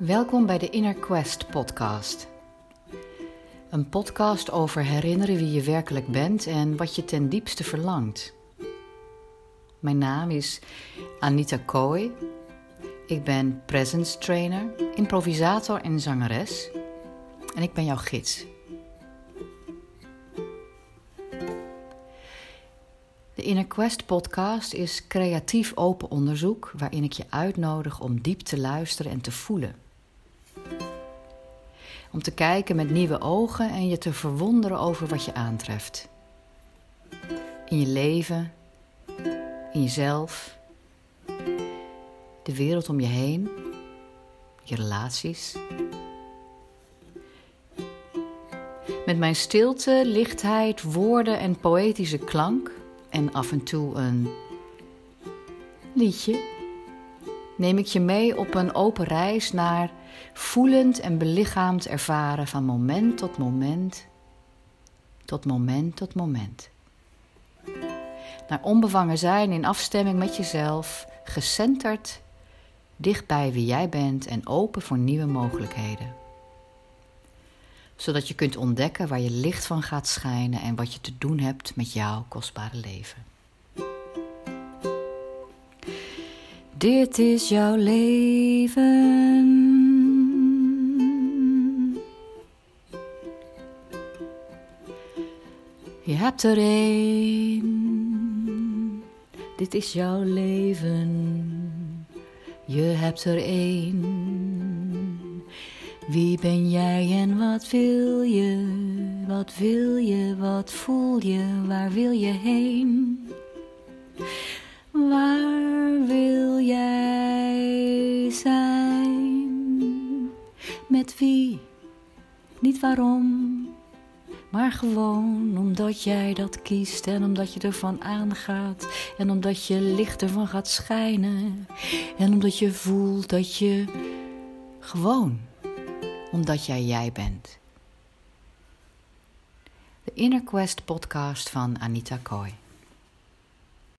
Welkom bij de Inner Quest podcast. Een podcast over herinneren wie je werkelijk bent en wat je ten diepste verlangt. Mijn naam is Anita Kooi. Ik ben presence trainer, improvisator en zangeres. En ik ben jouw gids. De Inner Quest podcast is creatief open onderzoek waarin ik je uitnodig om diep te luisteren en te voelen. Om te kijken met nieuwe ogen en je te verwonderen over wat je aantreft. In je leven, in jezelf, de wereld om je heen, je relaties. Met mijn stilte, lichtheid, woorden en poëtische klank en af en toe een liedje, neem ik je mee op een open reis naar voelend en belichaamd ervaren van moment tot moment, tot moment tot moment. Naar onbevangen zijn in afstemming met jezelf, gecenterd, dicht bij wie jij bent en open voor nieuwe mogelijkheden. Zodat je kunt ontdekken waar je licht van gaat schijnen en wat je te doen hebt met jouw kostbare leven. Dit is jouw leven. Je hebt er één. Dit is jouw leven. Je hebt er één. Wie ben jij en wat wil je? Wat wil je, wat voel je? Waar wil je heen? Waar wil jij zijn? Met wie? Niet waarom, maar gewoon omdat jij dat kiest en omdat je ervan aangaat en omdat je licht ervan gaat schijnen en omdat je voelt dat je gewoon, omdat jij bent. De Inner Quest podcast van Anita Kooi.